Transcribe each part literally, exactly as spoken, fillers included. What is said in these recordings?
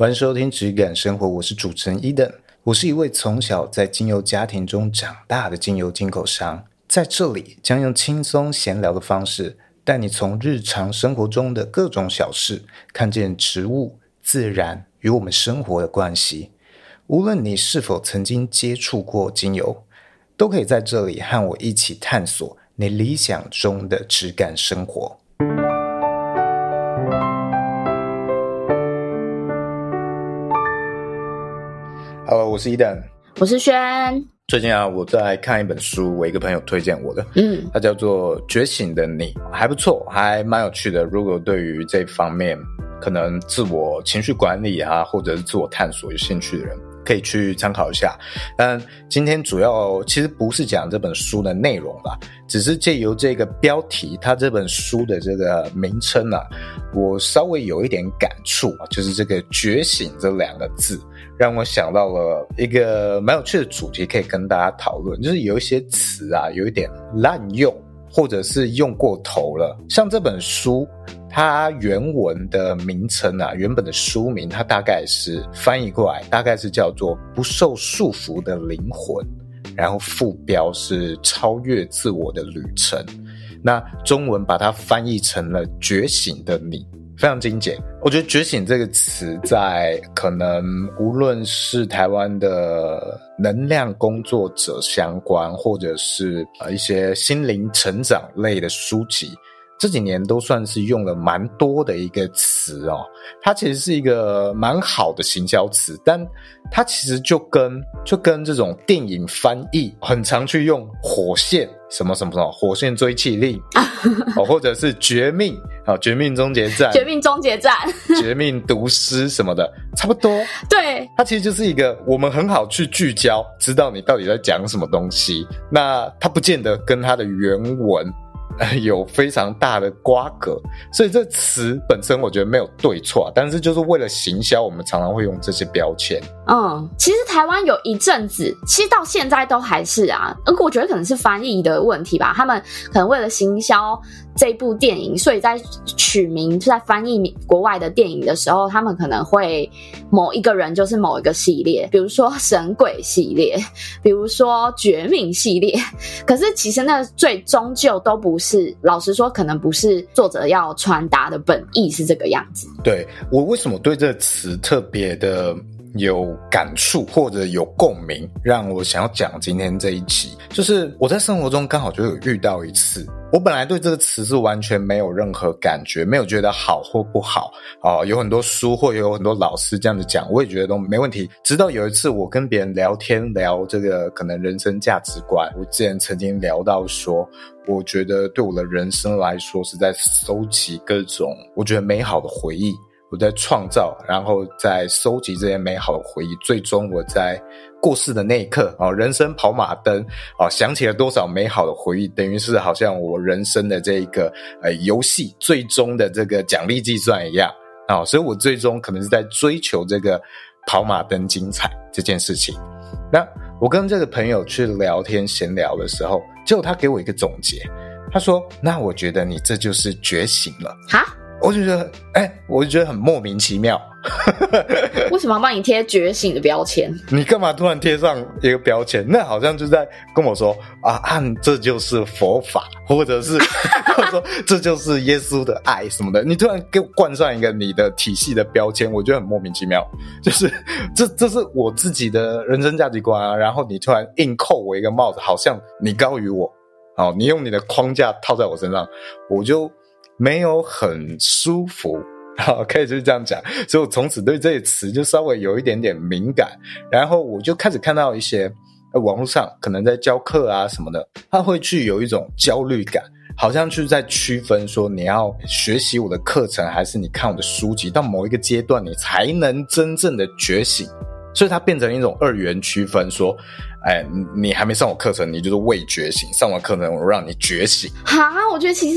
欢迎收听质感生活，我是主持人 Eden。 我是一位从小在精油家庭中长大的精油进口商，在这里将用轻松闲聊的方式带你从日常生活中的各种小事看见植物、自然与我们生活的关系。无论你是否曾经接触过精油，都可以在这里和我一起探索你理想中的质感生活。Hello， 我是Eden， 我是轩。 最近啊，我在看一本书，我一个朋友推荐我的， 嗯， 它叫做《觉醒的你》，还不错，还蛮有趣的。如果对于这方面可能自我情绪管理啊，或者是自我探索有兴趣的人，可以去参考一下。但今天主要其实不是讲这本书的内容啦，只是借由这个标题，它这本书的这个名称啊，我稍微有一点感触，就是这个觉醒这两个字让我想到了一个蛮有趣的主题可以跟大家讨论，就是有一些词啊有一点滥用或者是用过头了。像这本书它原文的名称啊，原本的书名它大概是翻译过来大概是叫做不受束缚的灵魂，然后副标是超越自我的旅程。那中文把它翻译成了觉醒的你，非常精简。我觉得觉醒这个词在可能无论是台湾的能量工作者相关，或者是一些心灵成长类的书籍，这几年都算是用了蛮多的一个词哦。它其实是一个蛮好的行销词，但它其实就跟就跟这种电影翻译很常去用火线什么什么什么火线追气令哦，或者是绝命啊、哦，绝命终结战， 绝命终结战， 绝命毒师什么的，差不多。 对， 它其实就是一个我们很好去聚焦，知道你到底在讲什么东西。那它不见得跟它的原文有非常大的瓜葛，所以这词本身我觉得没有对错，但是就是为了行销，我们常常会用这些标签。 嗯，其实台湾有一阵子，其实到现在都还是啊，而我觉得可能是翻译的问题吧，他们可能为了行销这部电影，所以在取名在翻译国外的电影的时候，他们可能会某一个人就是某一个系列，比如说神鬼系列，比如说绝命系列，可是其实那最终究都不是，老实说可能不是作者要传达的本意是这个样子。 对，我为什么对这个词特别的有感触或者有共鸣，让我想要讲今天这一期，就是我在生活中刚好就有遇到一次，我本来对这个词是完全没有任何感觉，没有觉得好或不好、呃、有很多书或有很多老师这样子讲，我也觉得都没问题。直到有一次我跟别人聊天，聊这个可能人生价值观，我之前曾经聊到说，我觉得对我的人生来说是在收集各种我觉得美好的回忆，我在创造，然后在收集这些美好的回忆，最终我在过世的那一刻、哦、人生跑马灯、哦、想起了多少美好的回忆，等于是好像我人生的这一个呃游戏最终的这个奖励计算一样、哦、所以我最终可能是在追求这个跑马灯精彩这件事情。那我跟这个朋友去聊天闲聊的时候，结果他给我一个总结，他说那我觉得你这就是觉醒了。哈，我就觉得哎、欸，我就觉得很莫名其妙。 为什么要帮你贴觉醒的标签？ 你干嘛突然贴上一个标签？那好像就在跟我说啊，按这就是佛法，或者是或者说这就是耶稣的爱什么的。你突然给我冠上一个你的体系的标签，我觉得很莫名其妙。就是这这是我自己的人生价值观啊，然后你突然硬扣我一个帽子，好像你高于我，好，你用你的框架套在我身上，我就没有很舒服。好，可以就是这样讲，所以我从此对这个词就稍微有一点点敏感，然后我就开始看到一些呃网络上可能在教课啊什么的，他会去有一种焦虑感，好像去在区分说你要学习我的课程，还是你看我的书籍，到某一个阶段你才能真正的觉醒，所以它变成一种二元区分，说哎，你还没上我课程，你就是未觉醒，上完课程我让你觉醒。 哈，我觉得其实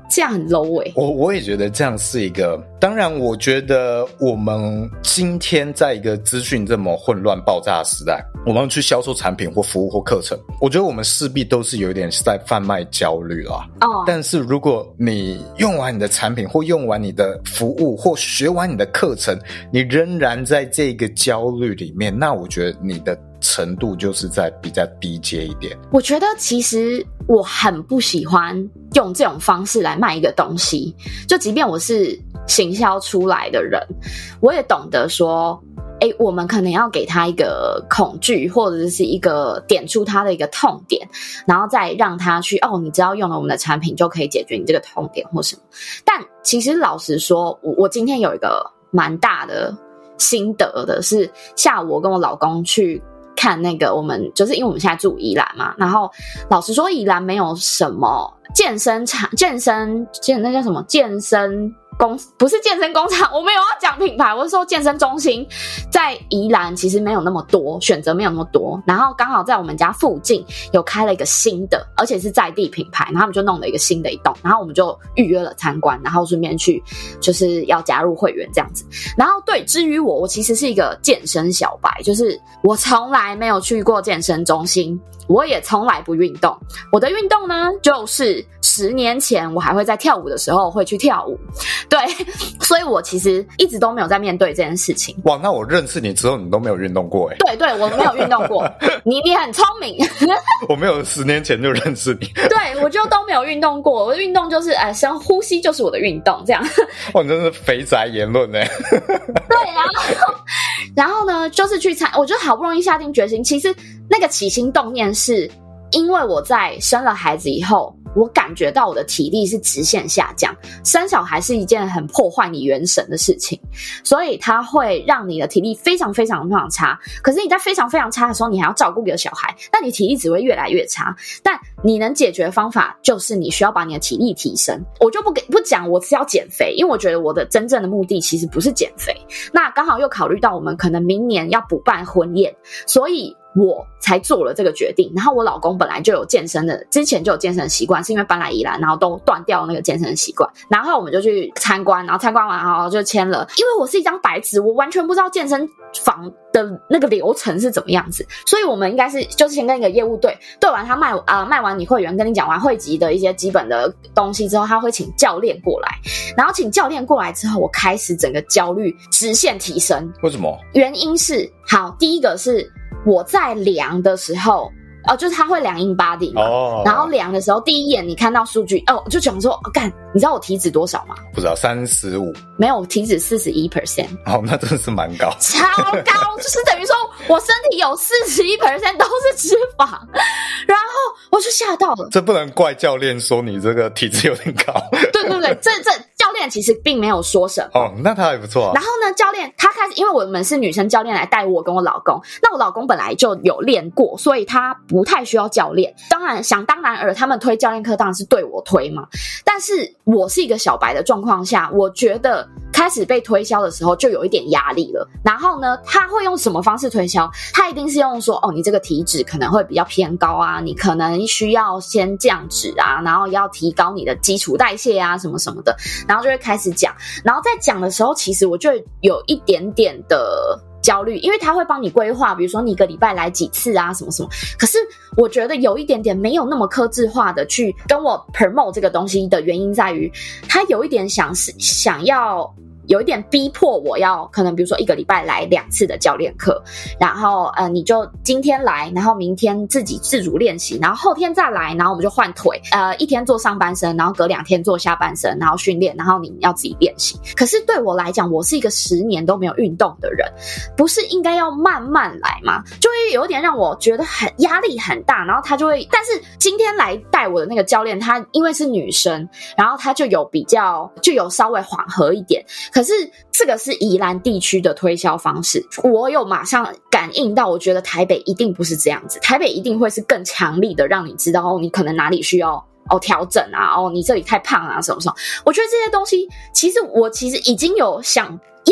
这样很 low 欸。 我我也觉得这样是一个，当然我觉得我们今天在一个资讯这么混乱爆炸的时代，我们去销售产品或服务或课程，我觉得我们势必都是有一点在贩卖焦虑啦。哦，但是如果你用完你的产品或用完你的服务或学完你的课程，你仍然在这个焦虑里面，那我觉得你的程度就是在比较低阶一点。 我觉得其实我很不喜欢用这种方式来卖一个东西，就即便我是行销出来的人，我也懂得说诶，我们可能要给他一个恐惧，或者是一个点出他的一个痛点，然后再让他去哦，你只要用了我们的产品就可以解决你这个痛点或什么。但其实老实说，我我今天有一个蛮大的心得的是，下午我跟我老公去看那个，我们就是因为我们现在住宜兰嘛，然后老实说宜兰没有什么健身场、健身健那叫什么健身工，不是健身工厂，我没有要讲品牌，我是说健身中心在宜兰其实没有那么多选择，没有那么多。然后刚好在我们家附近有开了一个新的，而且是在地品牌，然后他们就弄了一个新的一栋，然后我们就预约了参观，然后顺便去就是要加入会员这样子。然后对，至于我，我其实是一个健身小白，就是我从来没有去过健身中心，我也从来不运动。我的运动呢，就是十年前我还会在跳舞的时候会去跳舞。对，所以我其实一直都没有在面对这件事情。 哇，那我认识你之后你都没有运动过耶？ 对对，我没有运动过。你你很聪明。 我没有十年前就认识你。 对，我就都没有运动过。我的运动就是呃，深呼吸就是我的运动，这样。 哇，你真是肥宅言论耶。 对，然后然后呢，就是去参，我就好不容易下定决心。其实那个起心动念是因为我在生了孩子以后，我感觉到我的体力是直线下降。生小孩是一件很破坏你元神的事情，所以它会让你的体力非常非常非常差。可是你在非常非常差的时候，你还要照顾你的小孩，那你体力只会越来越差。但你能解决的方法就是你需要把你的体力提升。我就不给不讲我是要减肥，因为我觉得我的真正的目的其实不是减肥。那刚好又考虑到我们可能明年要补办婚宴，所以我才做了这个决定。然后我老公本来就有健身的，之前就有健身的习惯，是因为搬来宜兰，然后都断掉那个健身的习惯。然后我们就去参观，然后参观完然后就签了。因为我是一张白纸，我完全不知道健身房的那个流程是怎么样子，所以我们应该是就是先跟一个业务对对完，他卖啊、呃、卖完你会员，跟你讲完会籍的一些基本的东西之后，他会请教练过来。然后请教练过来之后，我开始整个焦虑直线提升。 为什么？原因是好，第一个是我在量的时候，哦，就是他会量 InBody 嘛，哦，然后量的时候，第一眼你看到数据，哦，就讲说，干、哦，你知道我体脂多少吗？ 不知道，三十五， 没有，体脂四十一 percent， 哦，那真的是蛮高， 超高，就是等于说我身体有四十一 percent 都是脂肪，然后我就吓到了。 这不能怪教练说你这个体脂有点高， 对对对，这这教练其实并没有说什么， 哦，那他还不错啊。 然后呢，教练他开始，因为我们是女生教练来带我跟我老公，那我老公本来就有练过，所以他不太需要教练。当然想当然尔，他们推教练课当然是对我推嘛。但是我是一个小白的状况下，我觉得开始被推销的时候就有一点压力了。然后呢，他会用什么方式推销？他一定是用说，哦，你这个体脂可能会比较偏高啊，你可能需要先降脂啊，然后要提高你的基础代谢啊，什么什么的，然后就会开始讲。然后在讲的时候，其实我就有一点点的焦虑，因为他会帮你规划，比如说你一个礼拜来几次啊，什么什么。可是我觉得有一点点没有那么客制化的去跟我 promote 这个东西的原因在于，他有一点想是想要。有一点逼迫我要可能比如说一个礼拜来两次的教练课，然后呃你就今天来，然后明天自己自主练习，然后后天再来，然后我们就换腿，呃一天做上半身，然后隔两天做下半身，然后训练，然后你要自己练习。可是对我来讲，我是一个十年都没有运动的人，不是应该要慢慢来吗？就会有点让我觉得很压力很大。然后他就会，但是今天来带我的那个教练，他因为是女生，然后他就有比较就有稍微缓和一点。可是这个是宜兰地区的推销方式，我有马上感应到，我觉得台北一定不是这样子，台北一定会是更强力的，让你知道哦，你可能哪里需要哦调整啊，哦你这里太胖啊，什么什么。我觉得这些东西，其实我其实已经有想要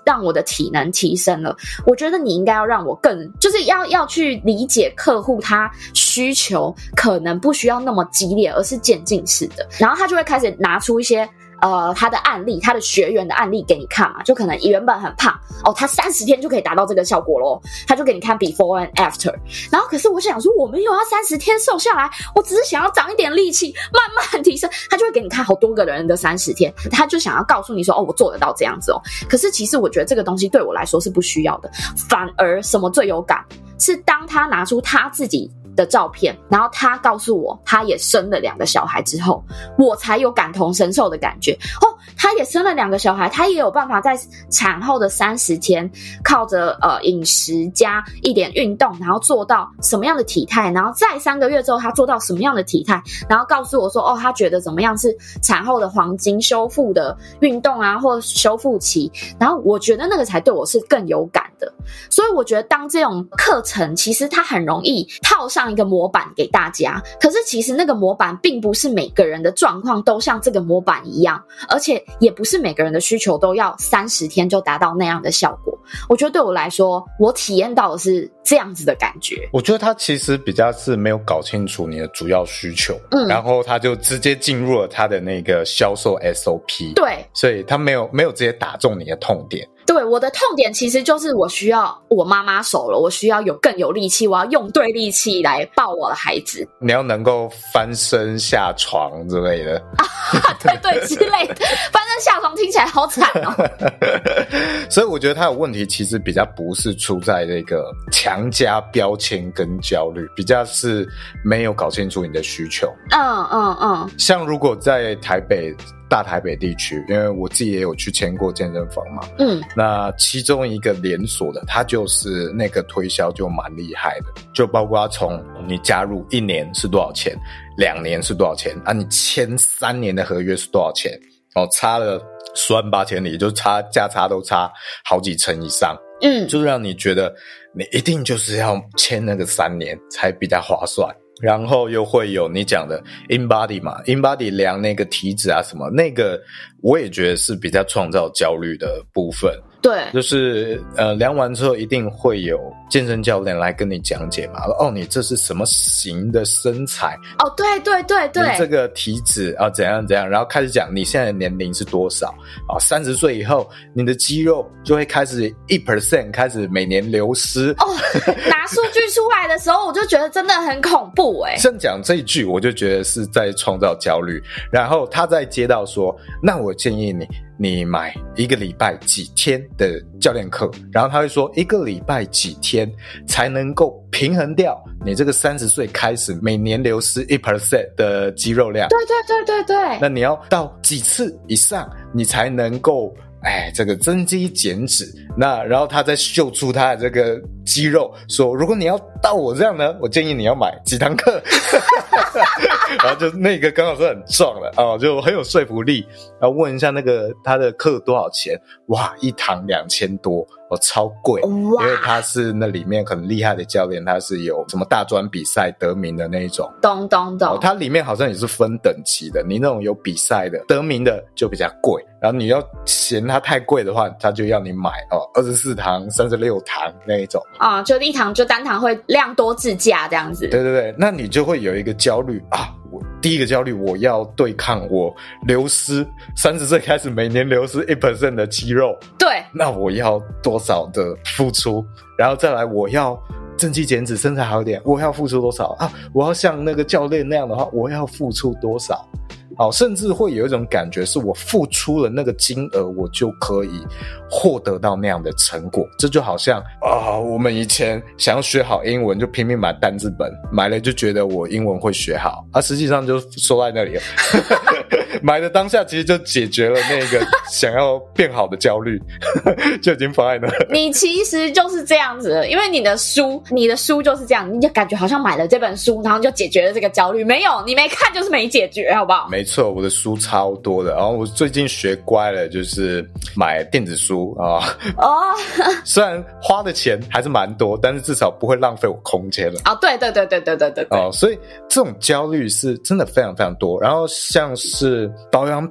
让我的体能提升了，我觉得你应该要让我更就是要要去理解客户他需求可能不需要那么激烈，而是渐进式的。然后他就会开始拿出一些呃，他的案例，他的学员的案例给你看嘛，就可能原本很胖哦，他三十天就可以达到这个效果咯，他就给你看 before and after。然后可是我想说，我没有要三十天瘦下来，我只是想要长一点力气，慢慢提升。他就会给你看好多个人的三十天，他就想要告诉你说，哦，我做得到这样子哦。可是其实我觉得这个东西对我来说是不需要的，反而什么最有感，是当他拿出他自己的照片，然后他告诉我他也生了两个小孩之后，我才有感同身受的感觉哦，他也生了两个小孩，他也有办法在产后的三十天靠着呃饮食加一点运动，然后做到什么样的体态，然后再三个月之后他做到什么样的体态，然后告诉我说哦，他觉得怎么样是产后的黄金修复的运动啊，或修复期，然后我觉得那个才对我是更有感的。所以我觉得当这种课程其实它很容易套上一个模板给大家，可是其实那个模板并不是每个人的状况都像这个模板一样，而且也不是每个人的需求都要三十天就达到那样的效果。我觉得对我来说，我体验到的是这样子的感觉。 我觉得他其实比较是没有搞清楚你的主要需求，嗯，然后他就直接进入了他的那个销售 S O P， 对， 所以他没有没有直接打中你的痛点。 对，我的痛点其实就是我需要我妈妈手了，我需要有更有力气，我要用对力气来抱我的孩子。 你要能够翻身下床之类的， 啊、对对之类的，翻身下床听起来好惨哦。 所以我觉得他有问题，其实比较不是出在这个强加标签跟焦虑，比较是没有搞清楚你的需求。 嗯嗯嗯， 像如果在台北。大台北地区，因为我自己也有去签过健身房嘛，嗯，那其中一个连锁的，它就是那个推销就蛮厉害的，就包括从你加入一年是多少钱，两年是多少钱啊，你签三年的合约是多少钱，哦，差了十万八千里，就差价差都差好几成以上，嗯，就让你觉得你一定就是要签那个三年才比较划算。然后又会有你讲的 InBody 嘛 InBody 量那个体脂啊什么，那个我也觉得是比较创造焦虑的部分。 对， 就是呃量完之后一定会有健身教练来跟你讲解嘛，哦你这是什么型的身材， 哦对对对对， 你这个体脂啊怎样怎样，然后开始讲你现在的年龄是多少啊，三十岁以后你的肌肉就会开始 百分之一 开始每年流失。 哦，拿数据出来的时候我就觉得真的很恐怖诶。 像讲这一句我就觉得是在创造焦虑，然后他再接到说那我建议你你买一个礼拜几天的教练课，然后他会说一个礼拜几天才能够平衡掉你这个三十岁开始每年流失 百分之一 的肌肉量。 对对对对对， 那你要到几次以上你才能够哎，这个增肌减脂，那然后他再秀出他的这个肌肉，说如果你要到我这样呢，我建议你要买几堂课，然后就那个刚好是很壮了哦，就很有说服力。然后问一下那个他的课多少钱？哇，一堂两千多。哦，超贵，因为他是那里面很厉害的教练，他是有什么大专比赛得名的那一种。 懂懂懂。 哦，他里面好像也是分等级的，你那种有比赛的得名的就比较贵，然后你要嫌它太贵的话，他就要你买哦二十四堂、三十六堂那一种。 啊，就一堂就单堂会量多自价这样子。 对对对，那你就会有一个焦虑啊。我第一个焦虑，我要对抗我流失三十岁开始每年流失 百分之一 的肌肉， 对， 那我要多少的付出？然后再来我要增肌减脂身材好一点，我要付出多少啊？我要像那个教练那样的话，我要付出多少？好，甚至会有一种感觉是我付出了那个金额，我就可以获得到那样的成果。这就好像啊、呃，我们以前想要学好英文，就拼命买单字本，买了就觉得我英文会学好，啊，实际上就收在那里了。买的当下其实就解决了那个想要变好的焦虑，就已经放在那。 你其实就是这样子的，因为你的书，你的书就是这样，你就感觉好像买了这本书，然后就解决了这个焦虑。没有，你没看就是没解决，好不好？ 没错，我的书超多的，然后我最近学乖了，就是买电子书啊。哦，虽然花的钱还是蛮多，但是至少不会浪费我空间了。 哦，对对对对对对对对。 哦，所以这种焦虑是真的非常非常多。然后像是保养品，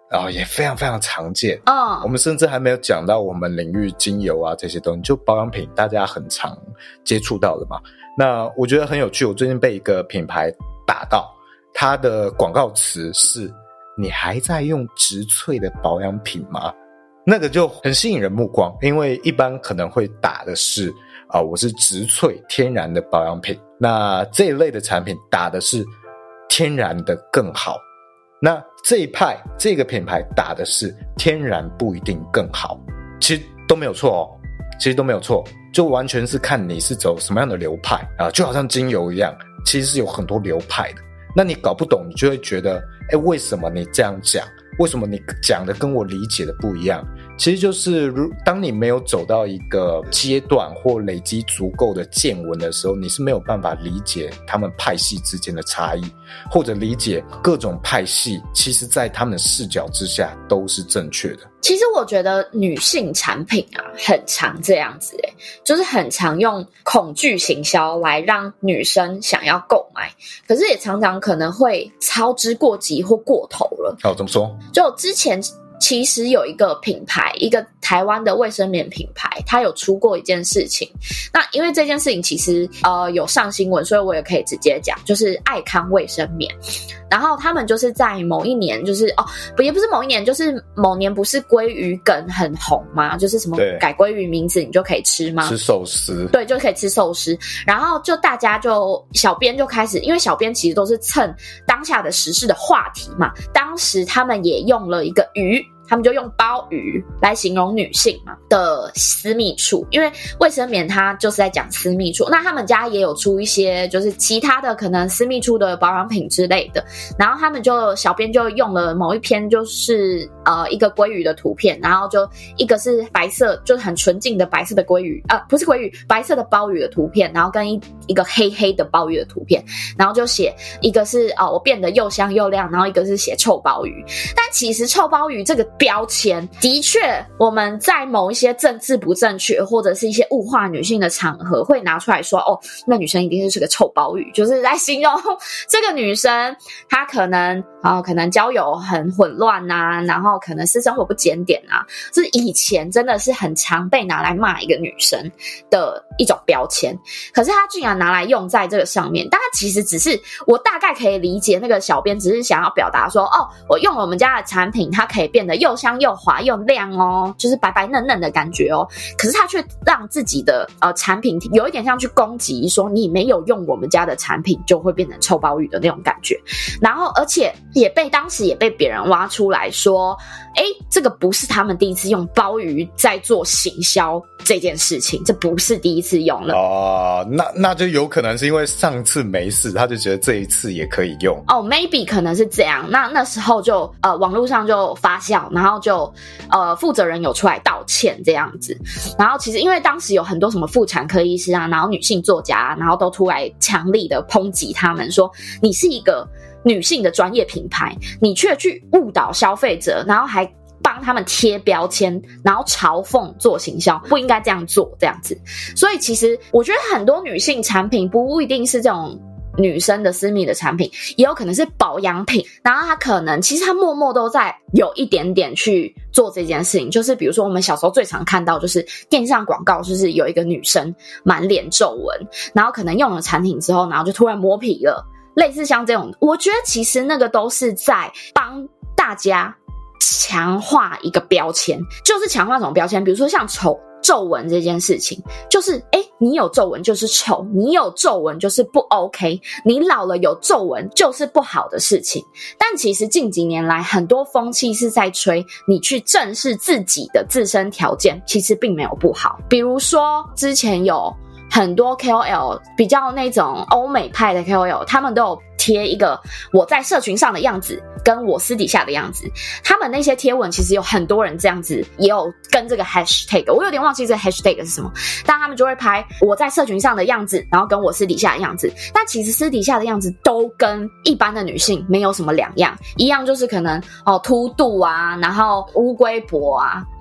然后也非常非常常见。 嗯， 我们甚至还没有讲到我们领域精油啊这些东西，就保养品大家很常接触到的嘛。那我觉得很有趣，我最近被一个品牌打到，它的广告词是你还在用植萃的保养品吗？那个就很吸引人目光，因为一般可能会打的是啊、呃，我是植萃天然的保养品，那这一类的产品打的是天然的更好，那这一派这个品牌打的是天然不一定更好，其实都没有错哦，其实都没有错，就完全是看你是走什么样的流派啊，就好像精油一样，其实是有很多流派的，那你搞不懂，你就会觉得，诶，为什么你这样讲？为什么你讲的跟我理解的不一样？其实就是如当你没有走到一个阶段或累积足够的见闻的时候，你是没有办法理解他们派系之间的差异，或者理解各种派系其实在他们的视角之下都是正确的。 其实我觉得女性产品啊很常这样子诶，就是很常用恐惧行销来让女生想要购买，可是也常常可能会操之过急或过头了。 好，怎么说？ 就之前其实有一个品牌，一个台湾的卫生棉品牌，它有出过一件事情。那因为这件事情其实呃有上新闻，所以我也可以直接讲，就是爱康卫生棉。然后他们就是在某一年，就是哦，不也不是某一年，就是某年不是鲑鱼梗很红吗？就是什么改鲑鱼名字你就可以吃吗？ 吃寿司。 对，就可以吃寿司。然后就大家就小编就开始，因为小编其实都是蹭当下的时事的话题嘛。当时他们也用了一个鱼。他们就用鲍鱼来形容女性嘛的私密处，因为卫生棉它就是在讲私密处，那他们家也有出一些就是其他的可能私密处的保养品之类的，然后他们就小编就用了某一篇就是呃一个鲑鱼的图片，然后就一个是白色就是很纯净的白色的鲑鱼呃不是鲑鱼白色的鲍鱼的图片，然后跟一一个黑黑的鲍鱼的图片，然后就写一个是哦我变得又香又亮，然后一个是写臭鲍鱼，但其实臭鲍鱼这个标签的确我们在某一些政治不正确或者是一些物化女性的场合会拿出来说，哦那女生一定是个臭鲍鱼，就是在形容这个女生她可能哦可能交友很混乱啊，然后可能私生活不检点啊，是以前真的是很常被拿来骂一个女生的一种标签，可是她竟然拿来用在这个上面，但她其实只是我大概可以理解那个小编只是想要表达说，哦我用了我们家的产品它可以变得又香又滑又亮哦，就是白白嫩嫩的感觉哦。可是他却让自己的呃产品有一点像去攻击说你没有用我们家的产品就会变成臭鲍鱼的那种感觉，然后而且也被当时也被别人挖出来说，诶这个不是他们第一次用鲍鱼在做行销这件事情，这不是第一次用了哦，那那就有可能是因为上次没事，他就觉得这一次也可以用哦 maybe 可能是这样，那那时候就呃网络上就发酵，然后就呃负责人有出来道歉这样子，然后其实因为当时有很多什么妇产科医师啊，然后女性作家啊，然后都出来强力的抨击他们说，你是一个女性的专业品牌，你却去误导消费者，然后还帮他们贴标签，然后嘲讽做行销，不应该这样做这样子。所以其实我觉得很多女性产品不一定是这种女生的私密的产品，也有可能是保养品，然后它可能其实它默默都在有一点点去做这件事情，就是比如说我们小时候最常看到就是电视上广告，就是有一个女生满脸皱纹，然后可能用了产品之后，然后就突然磨皮了，类似像这种，我觉得其实那个都是在帮大家强化一个标签，就是强化什么标签，比如说像丑皱纹这件事情，就是诶你有皱纹就是丑，你有皱纹就是不 OK， 你老了有皱纹就是不好的事情。但其实近几年来很多风气是在吹你去正视自己的自身条件，其实并没有不好。比如说之前有很多 K O L 比较那种欧美派的 K O L， 他们都有贴一个我在社群上的样子跟我私底下的样子，他们那些贴文其实有很多人这样子也有跟这个 hashtag， 我有点忘记这个 hashtag 是什么，但他们就会拍我在社群上的样子，然后跟我私底下的样子，但其实私底下的样子都跟一般的女性没有什么两样，一样就是可能哦凸肚啊，然后乌龟脖啊，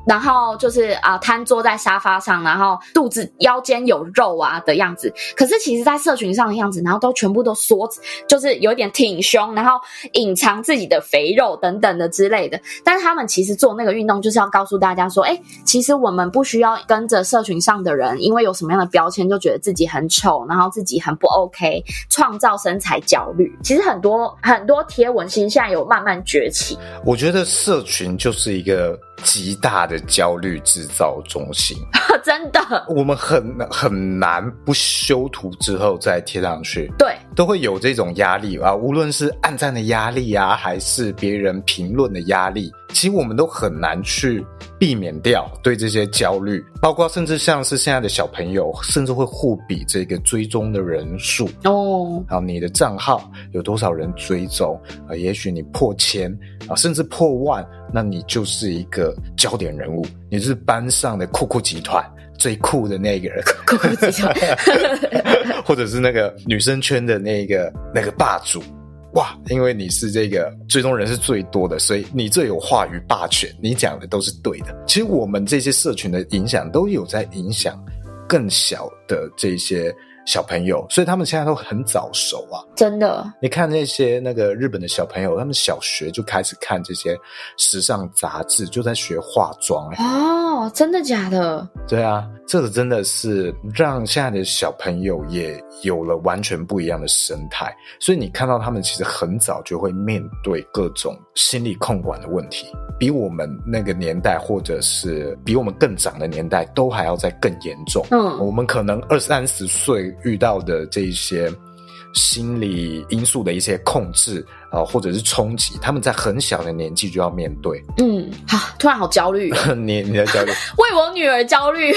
然后就是啊、呃、瘫坐在沙发上，然后肚子腰间有肉啊的样子。可是其实在社群上的样子，然后都全部都缩，就是有点挺胸，然后隐藏自己的肥肉等等的之类的。但是他们其实做那个运动就是要告诉大家说，诶，其实我们不需要跟着社群上的人因为有什么样的标签就觉得自己很丑，然后自己很不 OK， 创造身材焦虑。其实很多很多贴文其实现在有慢慢崛起。 我觉得社群就是一个极大的焦虑制造中心真的， 我们很很难不修图之后再贴上去， 对， 都会有这种压力啊，无论是按赞的压力啊，还是别人评论的压力，其实我们都很难去避免掉对这些焦虑，包括甚至像是现在的小朋友，甚至会互比这个追踪的人数哦，然后你的账号有多少人追踪啊？也许你破千啊，甚至破万，那你就是一个焦点人物，你是班上的酷酷集团最酷的那个人， 酷酷集团或者是那个女生圈的那个那个霸主。哇，因为你是这个追踪人是最多的，所以你最有话语霸权，你讲的都是对的。其实我们这些社群的影响都有在影响更小的这些小朋友，所以他们现在都很早熟啊， 真的。 你看那些那个日本的小朋友，他们小学就开始看这些时尚杂志，就在学化妆、欸、 哦，真的假的？ 对啊，这个真的是让现在的小朋友也有了完全不一样的生态，所以你看到他们其实很早就会面对各种心理控管的问题，比我们那个年代或者是比我们更长的年代都还要再更严重。嗯，我们可能二三十岁遇到的这一些心理因素的一些控制啊、呃，或者是冲击，他们在很小的年纪就要面对。 嗯，好，突然好焦虑。 你你的焦虑， 为我女儿焦虑。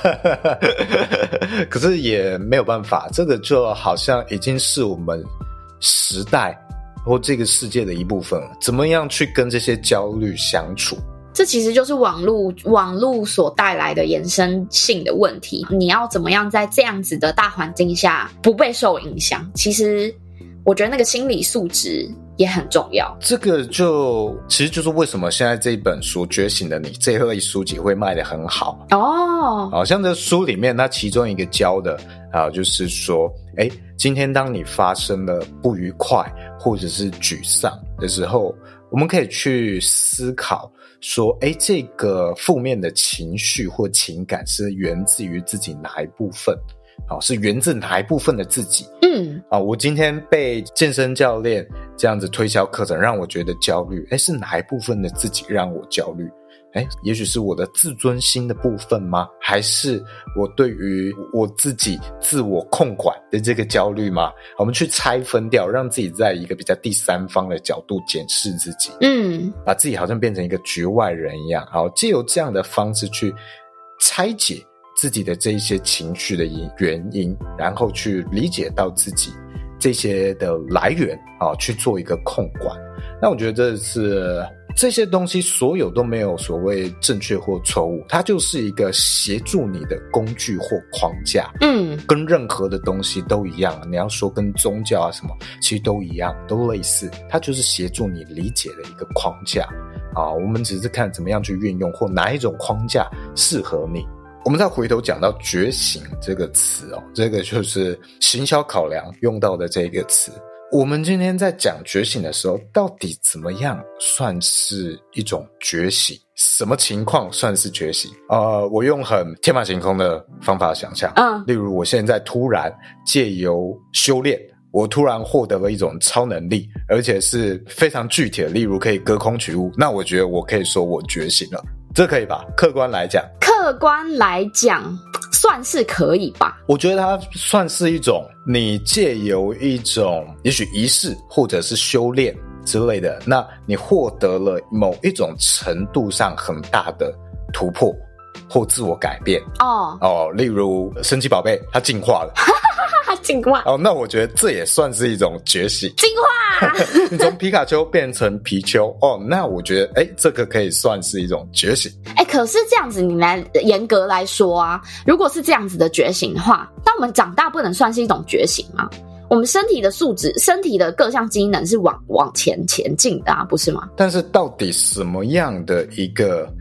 可是也没有办法，这个就好像已经是我们时代或这个世界的一部分了。怎么样去跟这些焦虑相处？ 这其实就是网络网络所带来的延伸性的问题。你要怎么样在这样子的大环境下不被受影响？其实我觉得那个心理素质也很重要。这个就其实就是为什么现在这一本书《觉醒的你》这类书籍会卖得很好哦。好像这书里面它其中一个教的啊，就是说，诶，今天当你发生了不愉快或者是沮丧的时候，我们可以去思考说，诶，这个负面的情绪或情感是源自于自己哪一部分？好，是源自哪一部分的自己？嗯，啊，我今天被健身教练这样子推销课程，让我觉得焦虑。诶，是哪一部分的自己让我焦虑？诶，也许是我的自尊心的部分吗？还是我对于我自己自我控管的这个焦虑吗？我们去拆分掉，让自己在一个比较第三方的角度检视自己。嗯，把自己好像变成一个局外人一样，好，藉由这样的方式去拆解自己的这一些情绪的原因，然后去理解到自己这些的来源啊，去做一个控管。那我觉得这是这些东西所有都没有所谓正确或错误，它就是一个协助你的工具或框架。嗯，跟任何的东西都一样，你要说跟宗教啊什么，其实都一样，都类似，它就是协助你理解的一个框架啊。我们只是看怎么样去运用，或哪一种框架适合你。我们再回头讲到觉醒这个词哦，这个就是行销考量用到的这个词。我们今天在讲觉醒的时候，到底怎么样算是一种觉醒？什么情况算是觉醒？呃，我用很天马行空的方法想象，嗯，例如我现在突然借由修炼，我突然获得了一种超能力，而且是非常具体的，例如可以隔空取物，那我觉得我可以说我觉醒了，这可以吧？客观来讲， 客观来讲算是可以吧。 我觉得它算是一种你借由一种也许仪式或者是修炼之类的，那你获得了某一种程度上很大的突破或自我改变哦哦，例如神奇宝贝它进化了它进化哦，那我觉得这也算是一种觉醒， 进化你从皮卡丘变成皮丘哦，那我觉得诶这个可以算是一种觉醒。 诶可是这样子你来严格来说啊，如果是这样子的觉醒的话，那我们长大不能算是一种觉醒吗？我们身体的素质，身体的各项机能是往往前前进的啊，不是吗？ 但是到底什么样的一个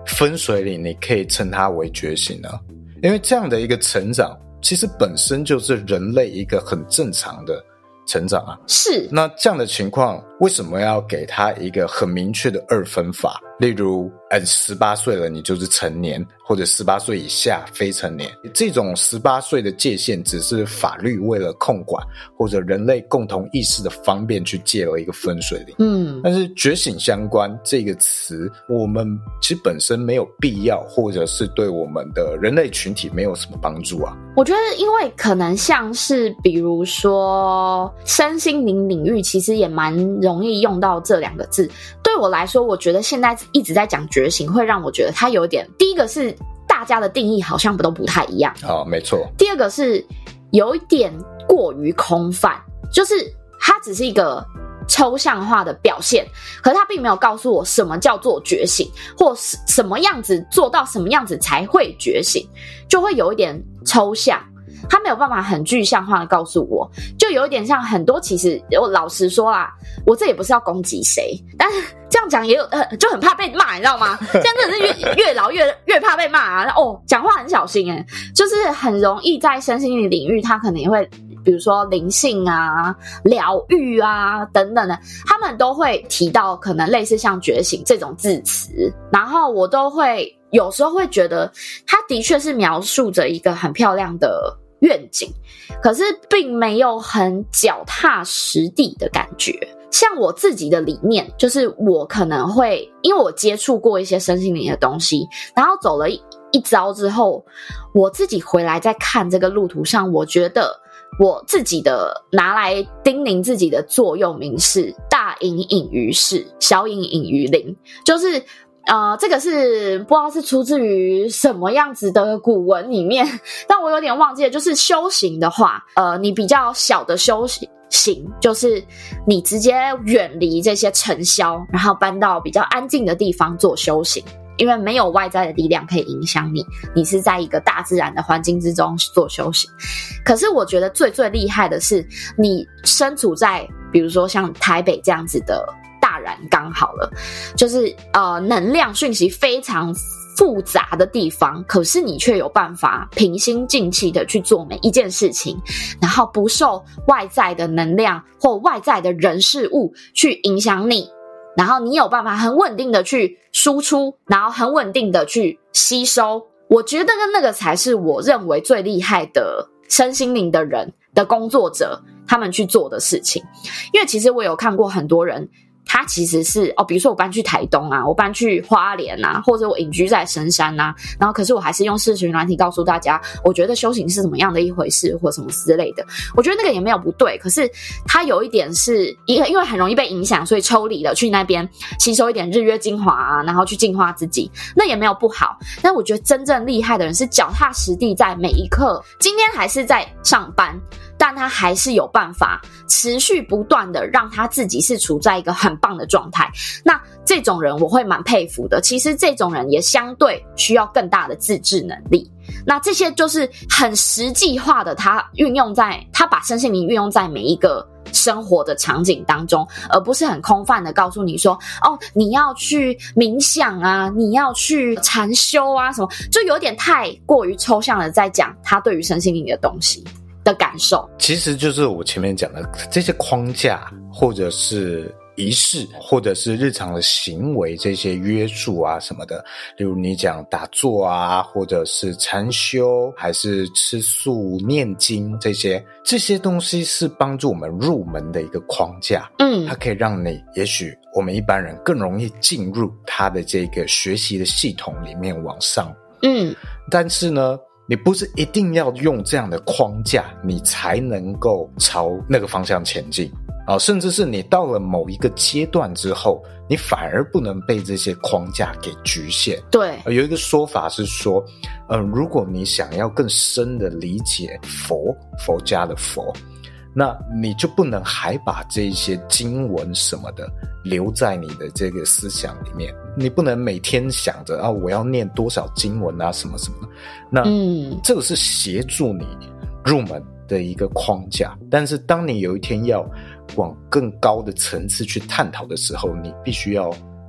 分水岭你可以称它为觉醒呢？因为这样的一个成长其实本身就是人类一个很正常的成长啊。 是。 那这样的情况为什么要给他一个很明确的二分法？例如呃，十八岁了你就是成年，或者十八岁以下非成年。这种十八岁的界限只是法律为了控管或者人类共同意识的方便去界了一个分水岭。 嗯， 但是觉醒相关这个词我们其实本身没有必要，或者是对我们的人类群体没有什么帮助啊。 我觉得因为可能像是比如说身心灵领域其实也蛮容易用到这两个字。对我来说，我觉得现在一直在讲觉醒，会让我觉得它有点，第一个是大家的定义好像都不太一样。 好，没错。 第二个是有一点过于空泛，就是它只是一个抽象化的表现，可是它并没有告诉我什么叫做觉醒，或什么样子做到什么样子才会觉醒，就会有一点抽象。他没有办法很具象化的告诉我，就有一点像很多，其实我老实说啦，我这也不是要攻击谁，但是这样讲也有、呃、就很怕被骂，你知道吗？现在真的是越越老越越怕被骂啊！哦，讲话很小心诶，就是很容易在身心灵领域，他可能也会比如说灵性啊、疗愈啊等等的，他们都会提到可能类似像觉醒这种字词，然后我都会有时候会觉得，它的确是描述着一个很漂亮的愿景，可是并没有很脚踏实地的感觉。像我自己的理念，就是我可能会因为我接触过一些身心灵的东西，然后走了一一遭之后，我自己回来再看这个路途上，我觉得我自己的拿来叮咛自己的座右铭是大隐隐于市，小隐隐于林，就是呃，这个是不知道是出自于什么样子的古文里面，但我有点忘记了。就是修行的话，呃，你比较小的修行，就是你直接远离这些尘嚣，然后搬到比较安静的地方做修行，因为没有外在的力量可以影响你，你是在一个大自然的环境之中做修行。可是我觉得最最厉害的是，你身处在比如说像台北这样子的大染缸好了，就是呃能量讯息非常复杂的地方，可是你却有办法平心静气的去做每一件事情，然后不受外在的能量或外在的人事物去影响你，然后你有办法很稳定的去输出，然后很稳定的去吸收。我觉得那个才是我认为最厉害的身心灵的人的工作者他们去做的事情。因为其实我有看过很多人，他其实是哦，比如说我搬去台东啊，我搬去花莲啊，或者我隐居在深山啊，然后可是我还是用视讯软体告诉大家，我觉得修行是怎么样的一回事，或什么之类的。我觉得那个也没有不对，可是他有一点是因为很容易被影响，所以抽离了去那边吸收一点日月精华啊，然后去净化自己，那也没有不好。但我觉得真正厉害的人是脚踏实地，在每一刻，今天还是在上班，但他还是有办法持续不断的让他自己是处在一个很棒的状态。那这种人我会蛮佩服的。其实这种人也相对需要更大的自制能力。那这些就是很实际化的，他运用在他把身心灵运用在每一个生活的场景当中，而不是很空泛的告诉你说，哦，你要去冥想啊，你要去禅修啊什么，就有点太过于抽象的在讲他对于身心灵的东西的感受。 其实就是我前面讲的这些框架，或者是仪式，或者是日常的行为，这些约束啊什么的，例如你讲打坐啊，或者是禅修，还是吃素念经，这些这些东西是帮助我们入门的一个框架。嗯，它可以让你，也许我们一般人更容易进入它的这个学习的系统里面往上。嗯，但是呢，你不是一定要用这样的框架你才能够朝那个方向前进。哦，甚至是你到了某一个阶段之后，你反而不能被这些框架给局限。 对， 有一个说法是说，呃，如果你想要更深的理解佛，佛家的佛，那你就不能还把这些经文什么的留在你的这个思想里面，你不能每天想着啊，我要念多少经文啊，什么什么的。那，嗯，这个是协助你入门的一个框架，但是当你有一天要往更高的层次去探讨的时候，你必须要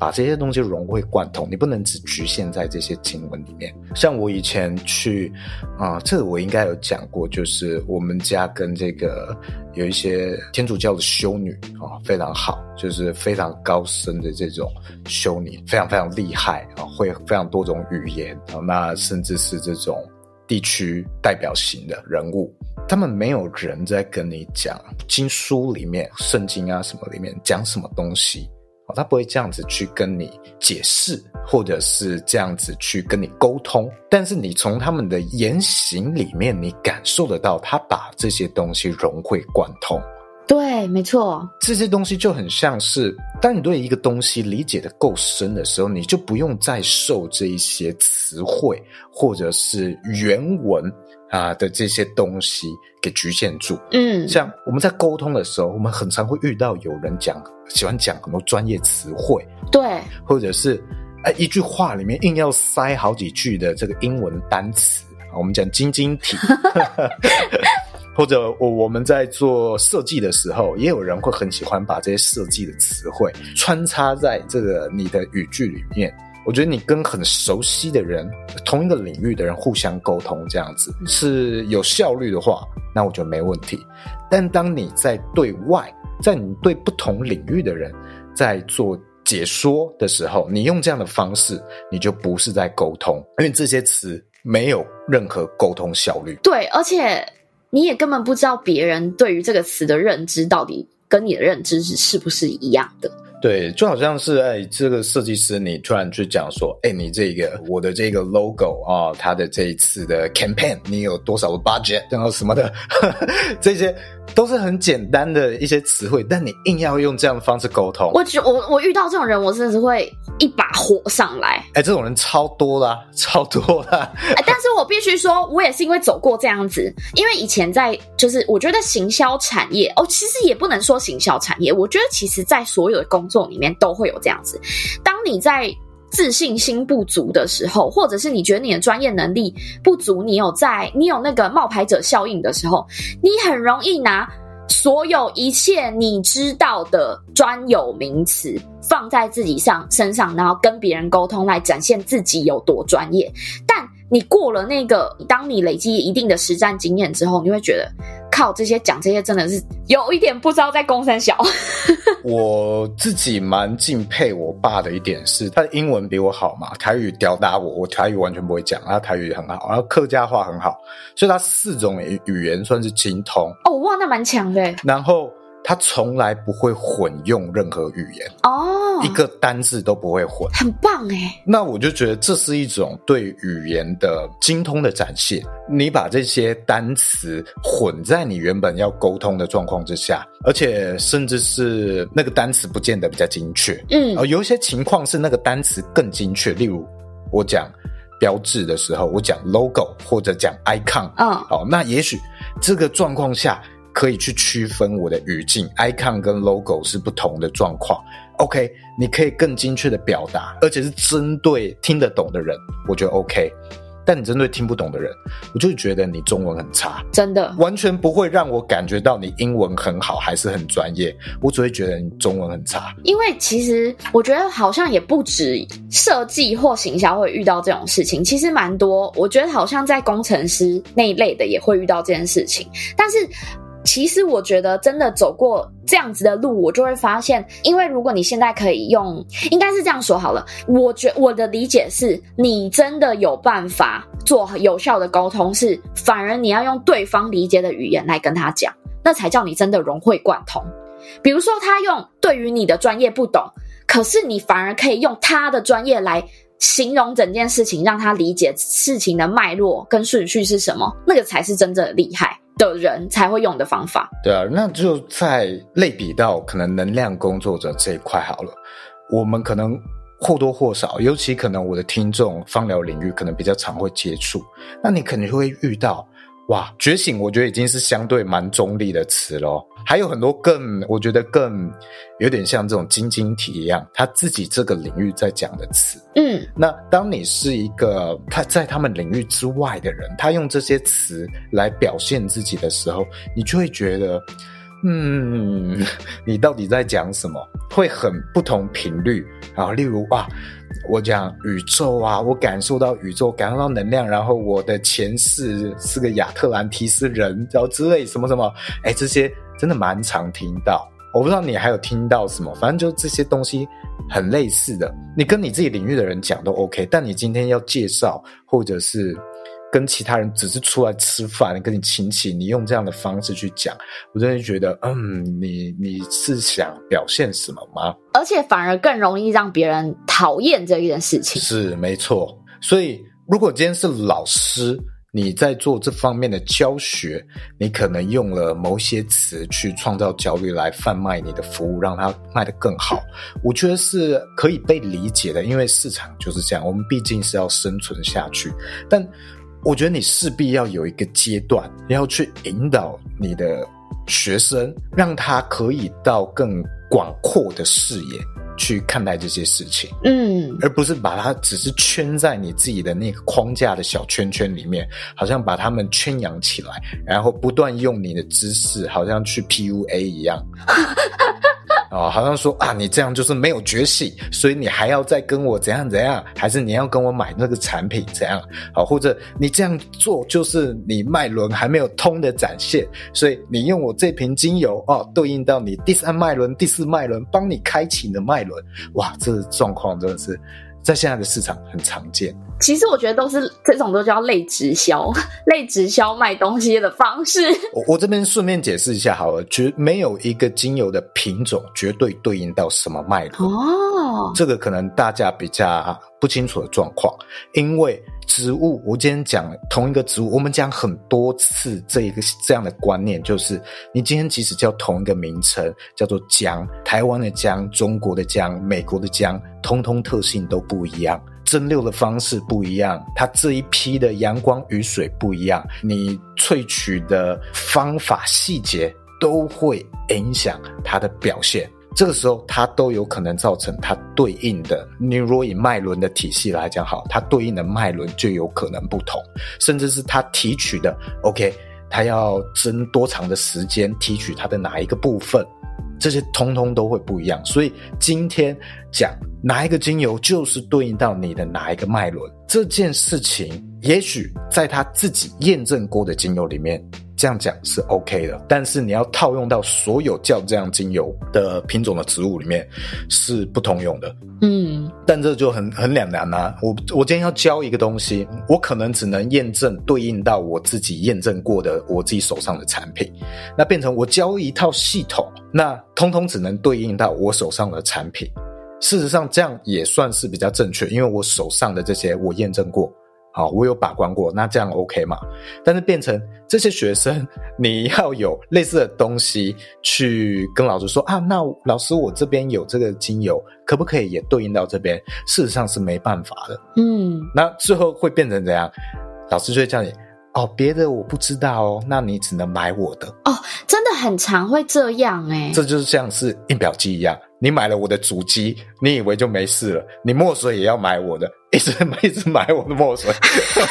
把这些东西融会贯通，你不能只局限在这些经文里面。像我以前去啊、呃，这个我应该有讲过，就是我们家跟这个有一些天主教的修女啊、哦、非常好，就是非常高深的这种修女，非常非常厉害啊、哦，会非常多种语言啊、哦，那甚至是这种地区代表型的人物，他们没有人在跟你讲经书里面圣经啊什么里面讲什么东西，他不会这样子去跟你解释，或者是这样子去跟你沟通，但是你从他们的言行里面你感受得到他把这些东西融会贯通。 对，没错，这些东西就很像是当你对一个东西理解的够深的时候，你就不用再受这一些词汇或者是原文啊的这些东西给局限住。嗯，像我们在沟通的时候，我们很常会遇到有人讲喜欢讲很多专业词汇， 对， 或者是哎一句话里面硬要塞好几句的这个英文单词，我们讲晶晶体或者我我们在做设计的时候，也有人会很喜欢把这些设计的词汇穿插在这个你的语句里面。我觉得你跟很熟悉的人，同一个领域的人互相沟通，这样子是有效率的话，那我觉得没问题。但当你在对外，在你对不同领域的人在做解说的时候，你用这样的方式，你就不是在沟通，因为这些词没有任何沟通效率。 对，而且你也根本不知道别人对于这个词的认知到底跟你的认知是不是一样的。 对，就好像是哎，这个设计师你突然去讲说，哎，你这个我的这个 logo 啊、哦，它的这一次的 campaign 你有多少的 budget 然后什么的这些都是很简单的一些词汇，但你硬要用这样的方式沟通， 我我我遇到这种人，我真的是会一把火上来。 哎，这种人超多啦，超多啦。 哎，但是我必须说，我也是因为走过这样子，因为以前在就是我觉得行销产业哦，其实也不能说行销产业，我觉得其实在所有的工作里面都会有这样子。当你在自信心不足的时候，或者是你觉得你的专业能力不足，你有在你有那个冒牌者效应的时候，你很容易拿所有一切你知道的专有名词放在自己上身上，然后跟别人沟通来展现自己有多专业。但你过了那个，当你累积一定的实战经验之后，你会觉得靠这些讲这些真的是有一点不知道在公三小。 我自己蛮敬佩我爸的一点是，他的英文比我好嘛，台语吊打我，我台语完全不会讲，他台语很好，然后客家话很好，所以他四种语言算是精通。 哦，哇，那蛮强的。然后他从来不会混用任何语言哦，一个单字都不会混， 很棒耶。 那我就觉得这是一种对语言的精通的展现。你把这些单词混在你原本要沟通的状况之下，而且甚至是那个单词不见得比较精确，嗯，呃，有一些情况是那个单词更精确，例如我讲标志的时候，我讲 logo 或者讲 icon， 嗯，好，那也许这个状况下可以去区分我的语境 icon 跟 logo 是不同的状况。 OK， 你可以更精确的表达，而且是针对听得懂的人，我觉得 OK。 但你针对听不懂的人，我就觉得你中文很差， 真的完全不会让我感觉到你英文很好还是很专业，我只会觉得你中文很差。 因为其实我觉得好像也不止设计或行销会遇到这种事情，其实蛮多，我觉得好像在工程师那一类的也会遇到这件事情。但是其实我觉得真的走过这样子的路，我就会发现，因为如果你现在可以用，应该是这样说好了，我觉我的理解是，你真的有办法做有效的沟通，是反而你要用对方理解的语言来跟他讲，那才叫你真的融会贯通。比如说他用对于你的专业不懂，可是你反而可以用他的专业来形容整件事情，让他理解事情的脉络跟顺序是什么，那个才是真正的厉害的人才会用的方法。 对啊，那就在类比到可能能量工作者这一块好了，我们可能或多或少，尤其可能我的听众芳疗领域可能比较常会接触，那你可能会遇到，哇，觉醒我觉得已经是相对蛮中立的词咯，还有很多更我觉得更有点像这种晶晶体一样，他自己这个领域在讲的词。嗯，那当你是一个他在他们领域之外的人，他用这些词来表现自己的时候，你就会觉得嗯，你到底在讲什么？会很不同频率啊。例如啊，我讲宇宙啊，我感受到宇宙，感受到能量，然后我的前世是个亚特兰提斯人，然后之类什么什么，哎，这些真的蛮常听到。我不知道你还有听到什么，反正就这些东西很类似的，你跟你自己领域的人讲都 OK， 但你今天要介绍或者是跟其他人只是出来吃饭，跟你亲戚，你用这样的方式去讲，我真的觉得嗯，你你是想表现什么吗？ 而且反而更容易让别人讨厌这件事情。 是没错。所以如果今天是老师，你在做这方面的教学，你可能用了某些词去创造焦虑来贩卖你的服务，让它卖得更好，我觉得是可以被理解的，因为市场就是这样，我们毕竟是要生存下去。但我觉得你势必要有一个阶段，要去引导你的学生，让他可以到更广阔的视野去看待这些事情，嗯，而不是把它只是圈在你自己的那个框架的小圈圈里面，好像把它们圈养起来，然后不断用你的知识好像去 P U A 一样哦，好像说啊，你这样就是没有觉醒，所以你还要再跟我怎样怎样，还是你要跟我买那个产品怎样，好，或者你这样做就是你脉轮还没有通的展现，所以你用我这瓶精油哦，对应到你第三脉轮、第四脉轮，帮你开启你的脉轮。哇，这状况真的是在现在的市场很常见。 其实我觉得都是这种都叫类直销，类直销卖东西的方式。 我我这边顺便解释一下好了，绝没有一个精油的品种绝对对应到什么脉轮哦，这个可能大家比较不清楚的状况。因为植物，我今天讲同一个植物，我们讲很多次这一个这样的观念，就是你今天即使叫同一个名称，叫做姜，台湾的姜、中国的姜、美国的姜，通通特性都不一样。蒸馏的方式不一样，它这一批的阳光雨水不一样，你萃取的方法细节都会影响它的表现。这个时候它都有可能造成它对应的，你如果以脉轮的体系来讲好，它对应的脉轮就有可能不同，甚至是它提取的 OK， 它要蒸多长的时间，提取它的哪一个部分，这些通通都会不一样。所以今天讲哪一个精油就是对应到你的哪一个脉轮，这件事情也许在他自己验证过的精油里面这样讲是 OK 的，但是你要套用到所有叫这样精油的品种的植物里面是不通用的。嗯，但这就很很两难啊。我我今天要教一个东西，我可能只能验证对应到我自己验证过的我自己手上的产品，那变成我教一套系统，那通通只能对应到我手上的产品。事实上这样也算是比较正确，因为我手上的这些我验证过，好，我有把关过，那这样 OK 嘛？但是变成这些学生，你要有类似的东西去跟老师说啊，那老师我这边有这个精油，可不可以也对应到这边？事实上是没办法的。嗯，那最后会变成怎样？老师就会叫你哦，别的我不知道哦，那你只能买我的。 哦，真的很常会这样欸。 这就是像是印表机一样，你买了我的主机，你以为就没事了，你墨水也要买我的，一直一直买我的墨水。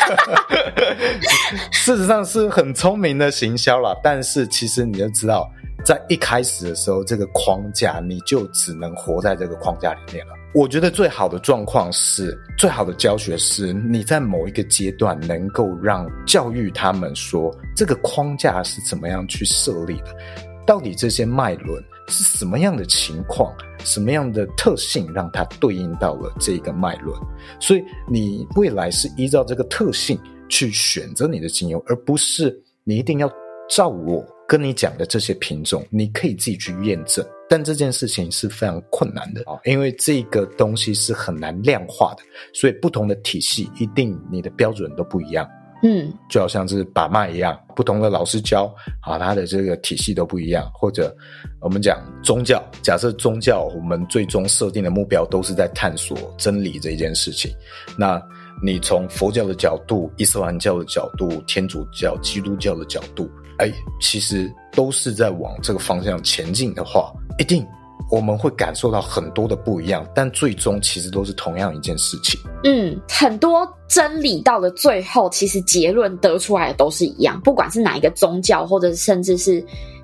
事实上是很聪明的行销啦，但是其实你就知道，在一开始的时候，这个框架你就只能活在这个框架里面了。我觉得最好的状况是，最好的教学是你在某一个阶段能够让教育他们说，这个框架是怎么样去设立的，到底这些脉轮是什么样的情况，什么样的特性让它对应到了这个脉轮，所以你未来是依照这个特性去选择你的精油，而不是你一定要照我跟你讲的这些品种，你可以自己去验证，但这件事情是非常困难的，因为这个东西是很难量化的，所以不同的体系一定你的标准都不一样。嗯，就好像是把脉一样，不同的老师教啊，他的这个体系都不一样。或者我们讲宗教，假设宗教我们最终设定的目标都是在探索真理这一件事情，那你从佛教的角度、伊斯兰教的角度、天主教、基督教的角度，哎，其实都是在往这个方向前进的话，一定我们会感受到很多的不一样，但最终其实都是同样一件事情。 嗯，很多真理到了最后，其实结论得出来的都是一样，不管是哪一个宗教，或者甚至是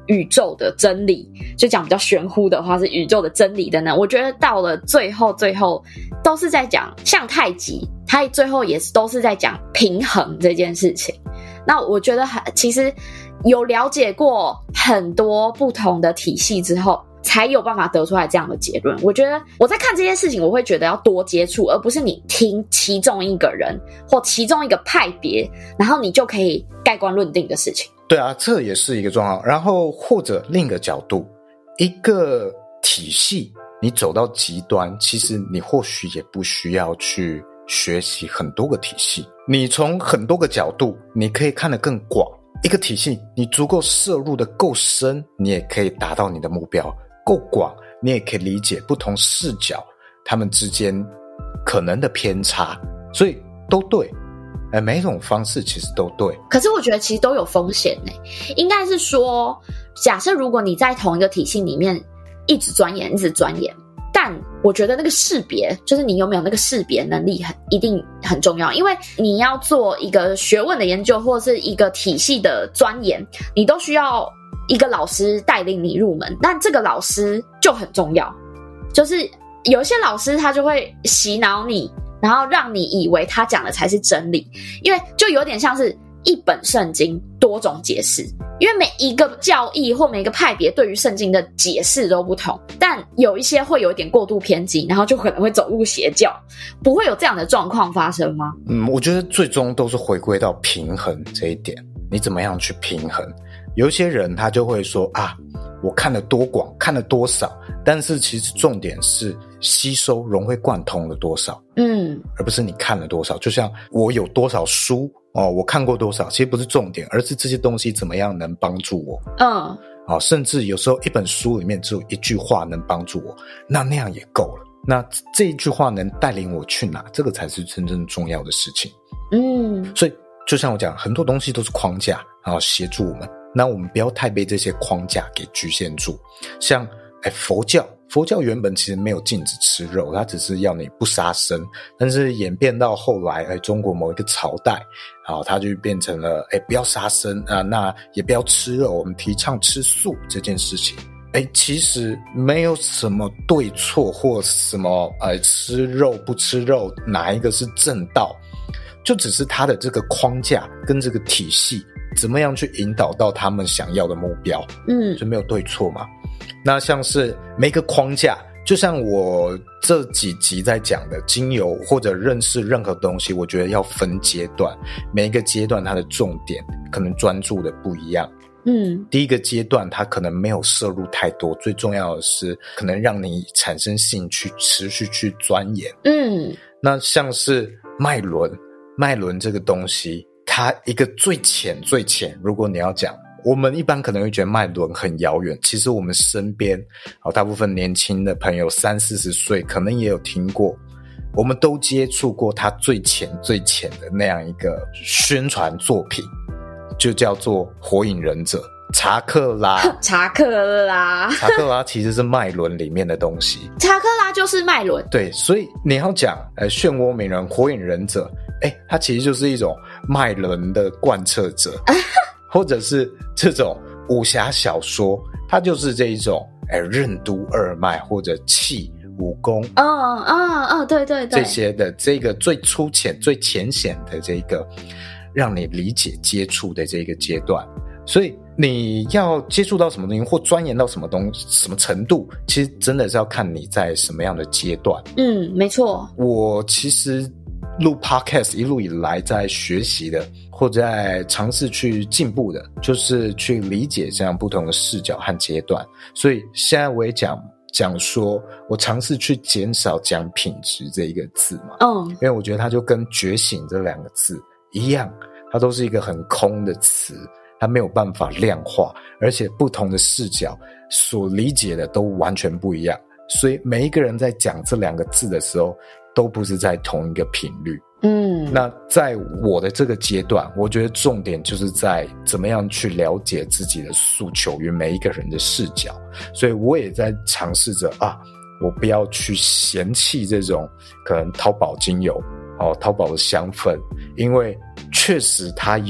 宇宙的真理，就讲比较玄乎的话是宇宙的真理的呢？我觉得到了最后最后都是在讲，像太极它最后也是都是在讲平衡这件事情。那我觉得其实有了解过很多不同的体系之后才有办法得出来这样的结论。我觉得我在看这件事情我会觉得要多接触，而不是你听其中一个人或其中一个派别然后你就可以盖棺论定的事情。 对啊，这也是一个状况。然后或者另一个角度，一个体系你走到极端，其实你或许也不需要去学习很多个体系，你从很多个角度你可以看得更广。一个体系你足够摄入的够深，你也可以达到你的目标，够广你也可以理解不同视角他们之间可能的偏差，所以都对。呃，每一种方式其实都对， 可是我觉得其实都有风险呢。应该是说，假设如果你在同一个体系里面一直钻研一直钻研，但我觉得那个识别，就是你有没有那个识别能力很一定很重要。因为你要做一个学问的研究或是一个体系的钻研，你都需要一个老师带领你入门，但这个老师就很重要。就是有一些老师他就会洗脑你，然后让你以为他讲的才是真理，因为就有点像是一本圣经多种解释，因为每一个教义或每一个派别对于圣经的解释都不同，但有一些会有一点过度偏激，然后就可能会走入邪教。不会有这样的状况发生吗？ 嗯，我觉得最终都是回归到平衡这一点，你怎么样去平衡。有一些人他就会说啊，我看了多广，看了多少，但是其实重点是吸收融会贯通了多少， 嗯， 而不是你看了多少。就像我有多少书哦，我看过多少，其实不是重点，而是这些东西怎么样能帮助我。 嗯， 哦，甚至有时候一本书里面只有一句话能帮助我，那那样也够了。那这一句话能带领我去哪，这个才是真正重要的事情。 嗯， 所以就像我讲，很多东西都是框架，然后协助我们。那我们不要太被这些框架给局限住。像哎，佛教佛教原本其实没有禁止吃肉，它只是要你不杀生，但是演变到后来哎，中国某一个朝代啊，它就变成了哎，不要杀生啊，那也不要吃肉，我们提倡吃素这件事情。哎，其实没有什么对错或什么呃吃肉不吃肉哪一个是正道，就只是它的这个框架跟这个体系怎么样去引导到他们想要的目标， 嗯， 就没有对错嘛。那像是每个框架，就像我这几集在讲的精油或者认识任何东西，我觉得要分阶段，每一个阶段它的重点可能专注的不一样。 嗯， 第一个阶段它可能没有摄入太多，最重要的是可能让你产生兴趣，持续去钻研。 嗯， 那像是脉轮，脉轮这个东西，它一个最浅最浅，如果你要讲，我们一般可能会觉得脉轮很遥远，其实我们身边好大部分年轻的朋友三四十岁可能也有听过，我们都接触过它最浅最浅的那样一个宣传作品，就叫做火影忍者查克拉。 查克拉查克拉其实是脉轮里面的东西， 查克拉就是脉轮。 对，所以你要讲呃，漩涡鸣人火影忍者，诶它其实就是一种脉轮的贯彻者或者是这种武侠小说，它就是这一种诶任督二脉或者气武功， 嗯嗯嗯，对对对， 这些的这个最粗浅最浅显的这个让你理解接触的这个阶段。所以你要接触到什么东西或钻研到什么东西什么程度，其实真的是要看你在什么样的阶段。 嗯，没错。 我其实录 podcast 一路以来在学习的或者在尝试去进步的，就是去理解这样不同的视角和阶段。所以现在我也讲讲说我尝试去减少讲品质这一个字嘛， 嗯， 因为我觉得它就跟觉醒这两个字一样，它都是一个很空的词，它没有办法量化，而且不同的视角所理解的都完全不一样，所以每一个人在讲这两个字的时候都不是在同一个频率。 嗯， 那在我的这个阶段，我觉得重点就是在怎么样去了解自己的诉求与每一个人的视角，所以我也在尝试着啊，我不要去嫌弃这种可能淘宝精油哦，淘宝的香氛，因为确实它有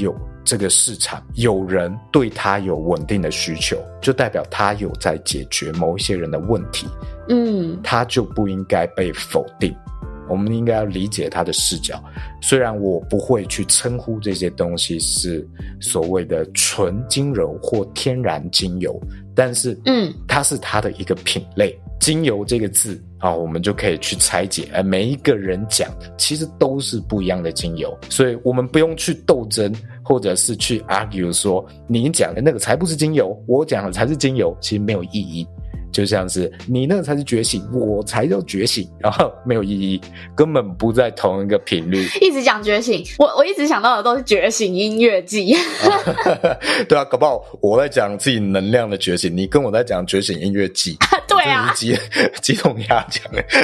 这个市场有人对它有稳定的需求，就代表它有在解决某一些人的问题， 嗯， 它就不应该被否定。我们应该要理解它的视角，虽然我不会去称呼这些东西是所谓的纯精油或天然精油，但是嗯，它是它的一个品类。精油这个字啊，我们就可以去拆解，而每一个人讲的其实都是不一样的精油，所以我们不用去斗争，或者是去 argue 说你讲的那个才不是精油，我讲的才是精油，其实没有意义。就像是你那个才是觉醒，我才叫觉醒，然后没有意义，根本不在同一个频率。 一直讲觉醒，我我一直想到的都是觉醒音乐季。 对啊，搞不好我在讲自己能量的觉醒，你跟我在讲觉醒音乐季。 对啊， 鸡鸡同鸭讲。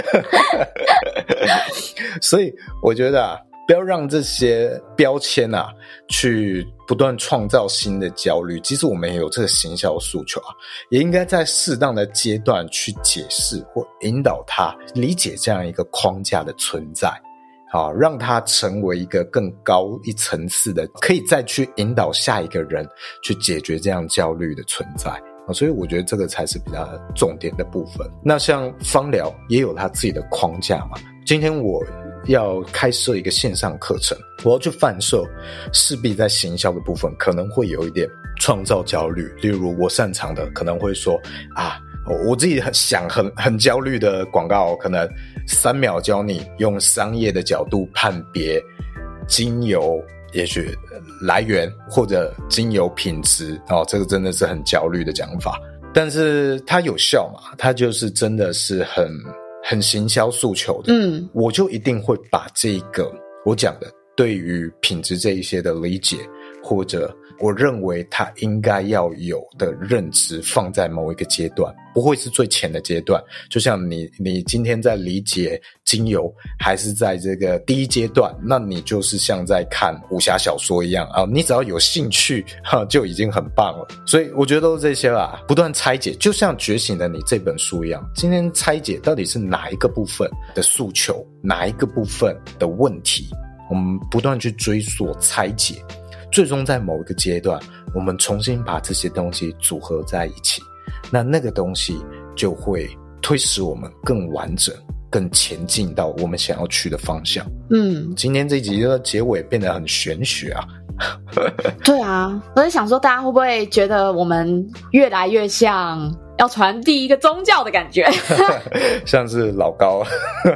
所以我觉得啊，不要让这些标签啊去不断创造新的焦虑。即使我们也有这个行销诉求啊，也应该在适当的阶段去解释或引导他理解这样一个框架的存在，好，让他成为一个更高一层次的，可以再去引导下一个人去解决这样焦虑的存在。所以我觉得这个才是比较重点的部分。那像芳疗也有它自己的框架嘛，今天我要开设一个线上课程，我要去贩售，势必在行销的部分可能会有一点创造焦虑。例如我擅长的可能会说啊，我自己很想很很焦虑的广告，可能三秒教你用商业的角度判别精油也许来源或者精油品质哦，这个真的是很焦虑的讲法，但是它有效嘛，它就是真的是很很行销诉求的，嗯，我就一定会把这个我讲的对于品质这一些的理解，或者我认为它应该要有的认知放在某一个阶段，不会是最浅的阶段。就像你你今天在理解精油还是在这个第一阶段，那你就是像在看武侠小说一样啊，你只要有兴趣哈就已经很棒了。所以我觉得都是这些啦，不断拆解，就像觉醒的你这本书一样，今天拆解到底是哪一个部分的诉求，哪一个部分的问题，我们不断去追溯拆解，最终在某一个阶段我们重新把这些东西组合在一起，那那个东西就会推使我们更完整，更前进到我们想要去的方向。嗯，今天这集的结尾变得很玄学啊。 对啊，我在想说大家会不会觉得我们越来越像要传递一个宗教的感觉。 像是老高。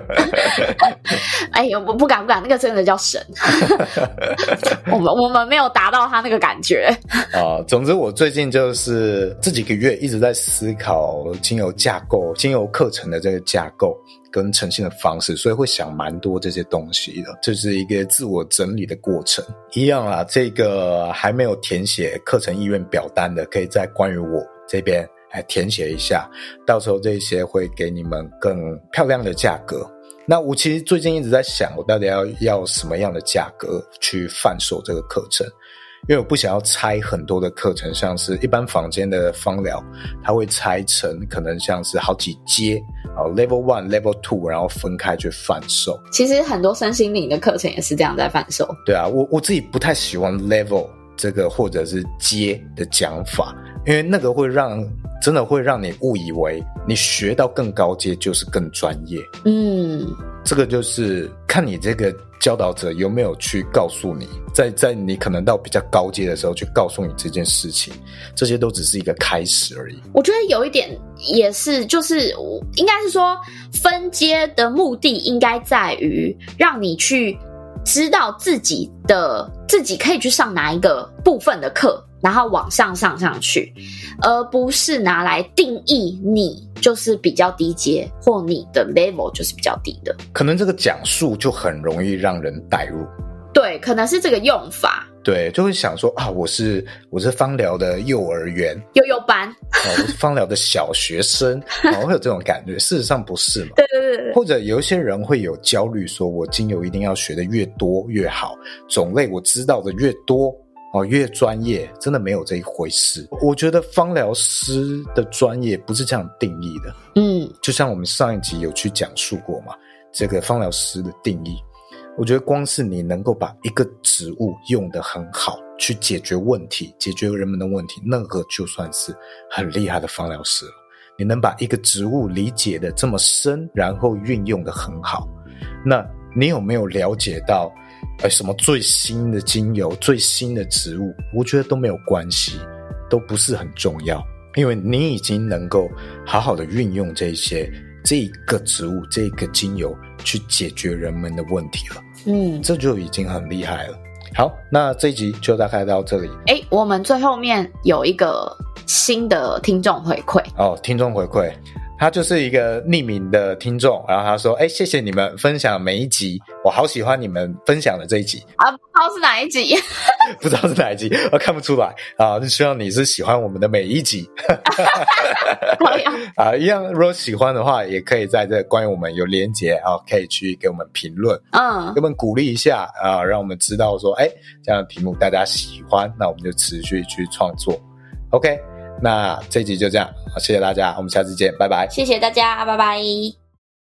哎呦，我不敢不敢，那个真的叫神。我们我们没有达到他那个感觉。 啊，总之我最近就是这几个月一直在思考精油架构，精油课程的这个架构跟呈现的方式，所以会想蛮多这些东西的，这是一个自我整理的过程。一样啦，这个还没有填写课程意愿表单的，可以在关于我这边来填写一下，到时候这些会给你们更漂亮的价格。那我其实最近一直在想，我到底要要什么样的价格去贩售这个课程，因为我不想要拆很多的课程，像是一般坊间的芳疗，它会拆成可能像是好几阶，level one level two 然后分开去贩售。 其实很多身心灵的课程也是这样在贩售。 对啊，我我自己不太喜欢 level 这个或者是阶的讲法，因为那个会让真的会让你误以为你学到更高阶就是更专业。嗯，这个就是看你这个教导者有没有去告诉你，在在你可能到比较高阶的时候去告诉你这件事情，这些都只是一个开始而已。 我觉得有一点也是，就是应该是说分阶的目的应该在于让你去知道自己的自己可以去上哪一个部分的课，然后往上上上去，而不是拿来定义你就是比较低阶，或你的 level 就是比较低的。 可能这个讲述就很容易让人带入。 对，可能是这个用法。 对，就会想说啊，我是我是芳疗的幼儿园幼幼班， 哦，我是芳疗的小学生，哦，会有这种感觉。事实上不是嘛？ 对对对对。 或者有一些人会有焦虑，说我精油一定要学的越多越好，种类我知道的越多哦，越专业，真的没有这一回事。我觉得芳疗师的专业不是这样定义的。嗯，就像我们上一集有去讲述过嘛，这个芳疗师的定义。我觉得光是你能够把一个植物用得很好， 去解决问题，解决人们的问题，那个就算是很厉害的芳疗师了。你能把一个植物理解的这么深，然后运用的很好，那你有没有了解到呃，什么最新的精油，最新的植物，我觉得都没有关系，都不是很重要，因为你已经能够好好的运用这些这个植物，这个精油去解决人们的问题了。 嗯， 这就已经很厉害了。好，那这一集就大概到这里。 诶，我们最后面有一个新的听众回馈哦，听众回馈，他就是一个匿名的听众，然后他说：“哎，谢谢你们分享每一集，我好喜欢你们分享的这一集啊，不知道是哪一集， 不知道是哪一集，我看不出来啊。希望你是喜欢我们的每一集， 可以啊， 啊，一样，如果喜欢的话，也可以在这关于我们有连结啊，可以去给我们评论， 嗯， 给我们鼓励一下啊，让我们知道说，哎，这样的题目大家喜欢，那我们就持续去创作。OK， 那这一集就这样，谢谢大家，我们下次见，拜拜。 谢谢大家，拜拜。